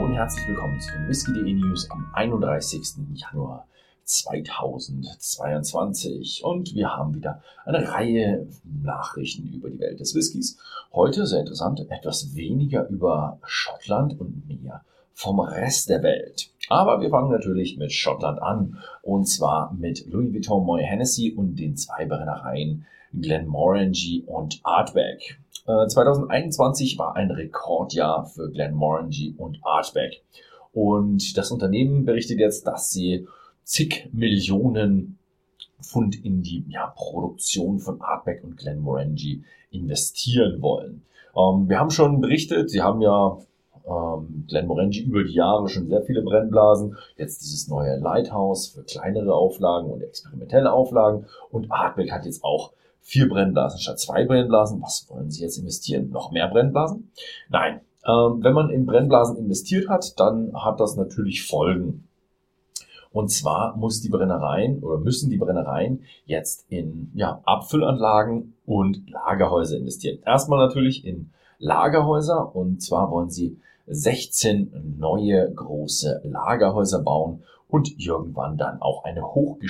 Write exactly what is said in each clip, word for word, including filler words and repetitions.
und herzlich willkommen zu den Whisky punkt de News am einunddreißigsten Januar zweitausendzweiundzwanzig. Und wir haben wieder eine Reihe Nachrichten über die Welt des Whiskys. Heute, sehr interessant, etwas weniger über Schottland und mehr vom Rest der Welt. Aber wir fangen natürlich mit Schottland an, und zwar mit Louis Vuitton Moët Hennessy und den zwei Brennereien Glenmorangie und Ardbeg. zweitausendeinundzwanzig war ein Rekordjahr für Glenmorangie und Ardbeg. Und das Unternehmen berichtet jetzt, dass sie zig Millionen Pfund in die ja, Produktion von Ardbeg und Glenmorangie investieren wollen. Ähm, wir haben schon berichtet, sie haben ja ähm, Glenmorangie über die Jahre schon sehr viele Brennblasen. Jetzt dieses neue Lighthouse für kleinere Auflagen und experimentelle Auflagen. Und Ardbeg hat jetzt auch vier Brennblasen statt zwei Brennblasen. Was wollen Sie jetzt investieren? Noch mehr Brennblasen? Nein. Ähm, wenn man in Brennblasen investiert hat, dann hat das natürlich Folgen. Und zwar muss die Brennereien oder müssen die Brennereien jetzt in ja, Abfüllanlagen und Lagerhäuser investieren. Erstmal natürlich in Lagerhäuser, und zwar wollen sie sechzehn neue große Lagerhäuser bauen und irgendwann dann auch eine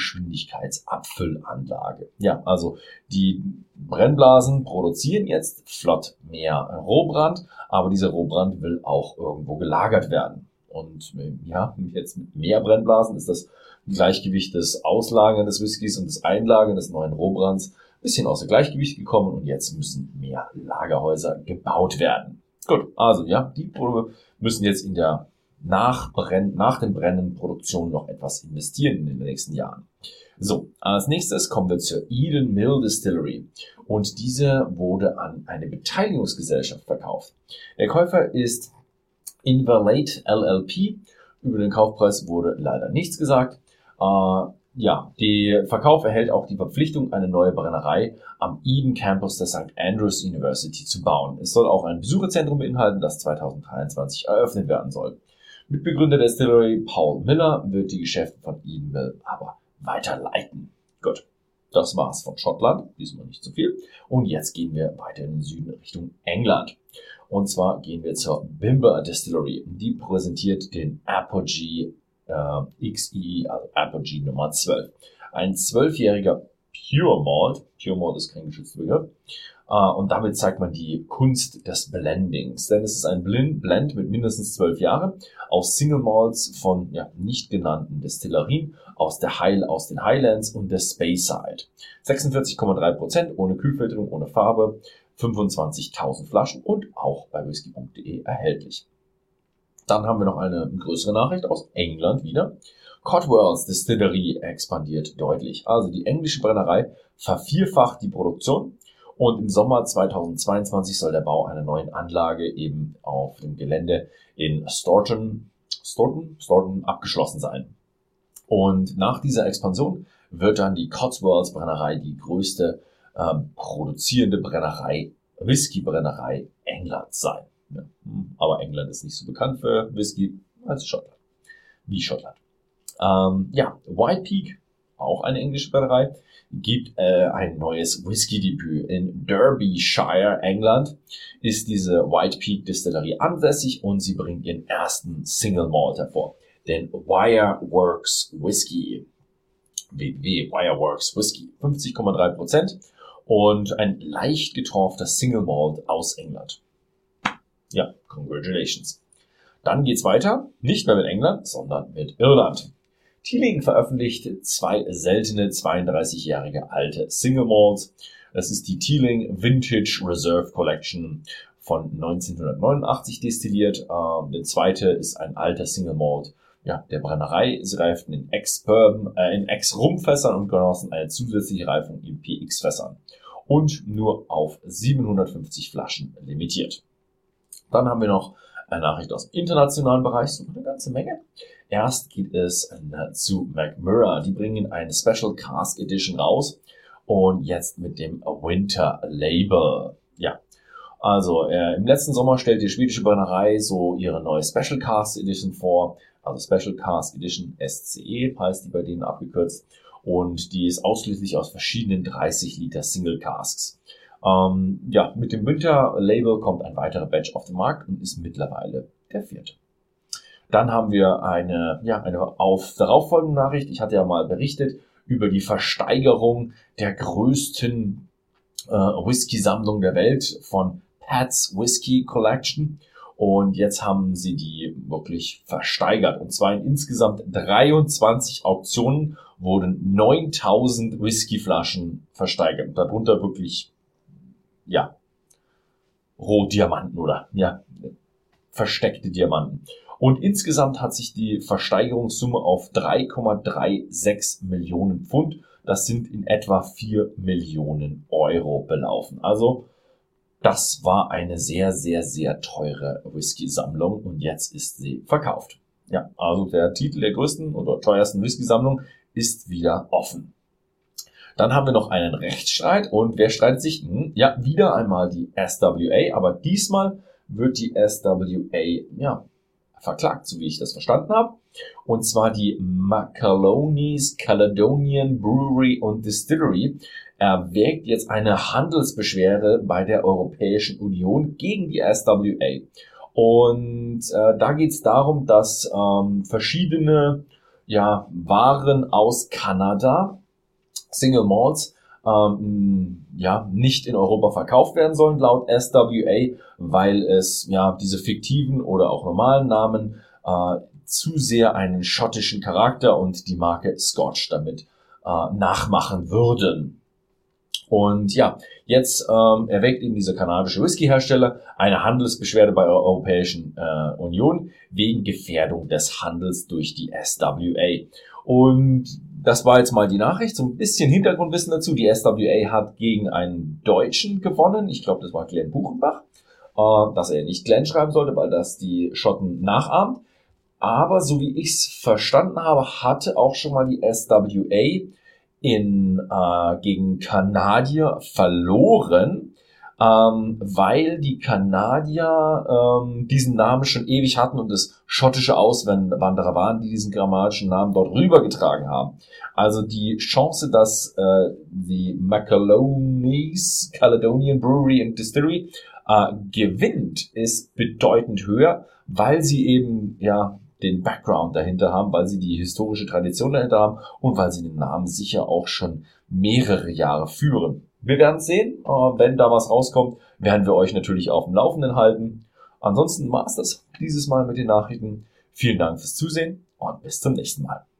Hochgeschwindigkeitsabfüllanlage. Ja, also die Brennblasen produzieren jetzt flott mehr Rohbrand, aber dieser Rohbrand will auch irgendwo gelagert werden. Und ja, jetzt mit mehr Brennblasen ist das Gleichgewicht des Auslagern des Whiskys und des Einlagern des neuen Rohbrands ein bisschen außer Gleichgewicht gekommen, und jetzt müssen mehr Lagerhäuser gebaut werden. Gut, also ja, die müssen jetzt in der nach, Brenn, nach dem Brennen Produktion noch etwas investieren in den nächsten Jahren. So, als nächstes kommen wir zur Eden Mill Distillery, und diese wurde an eine Beteiligungsgesellschaft verkauft. Der Käufer ist Inverlate L L P. Über den Kaufpreis wurde leider nichts gesagt. Äh, ja, der Verkauf erhält auch die Verpflichtung, eine neue Brennerei am Eden Campus der Sankt Andrews University zu bauen. Es soll auch ein Besucherzentrum beinhalten, das zweitausenddreiundzwanzig eröffnet werden soll. Mitbegründer der Distillery Paul Miller wird die Geschäfte von Eden Mill aber weiterleiten. Gut, das war's von Schottland, diesmal nicht zu viel. Und jetzt gehen wir weiter in den Süden Richtung England. Und zwar gehen wir zur Bimber Distillery. Die präsentiert den Apogee äh, X I, also Apogee Nummer zwölf. Ein zwölfjähriger Pure Malt. Pure Malt ist kein geschützter Begriff. Uh, und damit zeigt man die Kunst des Blendings. Denn es ist ein Blend mit mindestens zwölf Jahren aus Single Malts von ja, nicht genannten Destillerien aus, der High, aus den Highlands und der Speyside. sechsundvierzig Komma drei Prozent ohne Kühlfilterung, ohne Farbe, fünfundzwanzigtausend Flaschen und auch bei whisky punkt de erhältlich. Dann haben wir noch eine größere Nachricht aus England wieder. Cotwells Distillery expandiert deutlich. Also die englische Brennerei vervierfacht die Produktion. Und im Sommer zweitausendzweiundzwanzig soll der Bau einer neuen Anlage eben auf dem Gelände in Staunton, Staunton, Staunton abgeschlossen sein. Und nach dieser Expansion wird dann die Cotswolds Brennerei die größte äh, produzierende Brennerei, Whisky-Brennerei Englands sein. Ja, aber England ist nicht so bekannt für Whisky als Schottland, wie Schottland. Ähm, ja, White Peak, auch eine englische Brennerei, gibt äh, ein neues Whisky-Debüt. In Derbyshire, England, ist diese White Peak Distillerie ansässig, und sie bringt ihren ersten Single Malt hervor, den Wireworks Whisky. w w w punkt wireworks Whisky. fünfzig Komma drei Prozent und ein leicht getorfter Single Malt aus England. Ja, congratulations. Dann geht's weiter, nicht mehr mit England, sondern mit Irland. Teeling veröffentlicht zwei seltene zweiunddreißigjährige alte Single Malts. Das ist die Teeling Vintage Reserve Collection von neunzehnhundertneunundachtzig destilliert. Ähm, der zweite ist ein alter Single Malt ja, der Brennerei. Sie reiften in Ex-Bourbon, äh, in Ex-Rumfässern und genossen eine zusätzliche Reifung in P X-Fässern. Und nur auf siebenhundertfünfzig Flaschen limitiert. Dann haben wir noch eine Nachricht aus dem internationalen Bereich, so eine ganze Menge. Erst geht es zu McMurray. Die bringen eine Special Cask Edition raus, und jetzt mit dem Winter Label. Ja, also äh, im letzten Sommer stellt die schwedische Brennerei so ihre neue Special Cask Edition vor. Also Special Cask Edition S C E heißt die bei denen abgekürzt. Und die ist ausschließlich aus verschiedenen dreißig Liter Single Casks. Ähm, ja, mit dem Winter Label kommt ein weiterer Batch auf den Markt und ist mittlerweile der vierte. Dann haben wir eine, ja, eine auf darauffolgende Nachricht. Ich hatte ja mal berichtet über die Versteigerung der größten äh, Whisky-Sammlung der Welt von Pat's Whisky Collection. Und jetzt haben sie die wirklich versteigert. Und zwar in insgesamt dreiundzwanzig Auktionen wurden neuntausend Whiskyflaschen versteigert. Darunter wirklich, ja, Rohdiamanten oder, ja, versteckte Diamanten. Und insgesamt hat sich die Versteigerungssumme auf drei Komma sechsunddreißig Millionen Pfund, das sind in etwa vier Millionen Euro belaufen. Also das war eine sehr, sehr, sehr teure Whisky-Sammlung und jetzt ist sie verkauft. Ja, also der Titel der größten oder teuersten Whisky-Sammlung ist wieder offen. Dann haben wir noch einen Rechtsstreit und wer streitet sich? Hm, ja, wieder einmal die S W A, aber diesmal wird die S W A, ja, verklagt, so wie ich das verstanden habe. Und zwar die Macaloney's Caledonian Brewery and Distillery erwägt jetzt eine Handelsbeschwerde bei der Europäischen Union gegen die S W A. Und äh, da geht es darum, dass ähm, verschiedene ja, Waren aus Kanada, Single Malts, ähm, ja, nicht in Europa verkauft werden sollen, laut S W A, weil es ja diese fiktiven oder auch normalen Namen äh, zu sehr einen schottischen Charakter und die Marke Scotch damit äh, nachmachen würden. Und ja, jetzt ähm, erwägt eben dieser kanadische Whiskyhersteller eine Handelsbeschwerde bei der Europäischen äh, Union wegen Gefährdung des Handels durch die S W A. Und das war jetzt mal die Nachricht, so ein bisschen Hintergrundwissen dazu. Die S W A hat gegen einen Deutschen gewonnen, ich glaube, das war Glenn Buchenbach, äh, dass er nicht Glenn schreiben sollte, weil das die Schotten nachahmt. Aber so wie ich es verstanden habe, hatte auch schon mal die S W A in äh, gegen Kanadier verloren, ähm, weil die Kanadier ähm, diesen Namen schon ewig hatten und es schottische Auswanderer waren, die diesen grammatischen Namen dort rübergetragen haben. Also die Chance, dass äh, die Macaloney's Caledonian Brewery and Distillery äh, gewinnt, ist bedeutend höher, weil sie eben ja den Background dahinter haben, weil sie die historische Tradition dahinter haben und weil sie den Namen sicher auch schon mehrere Jahre führen. Wir werden sehen, wenn da was rauskommt, werden wir euch natürlich auf dem Laufenden halten. Ansonsten war es das dieses Mal mit den Nachrichten. Vielen Dank fürs Zusehen und bis zum nächsten Mal.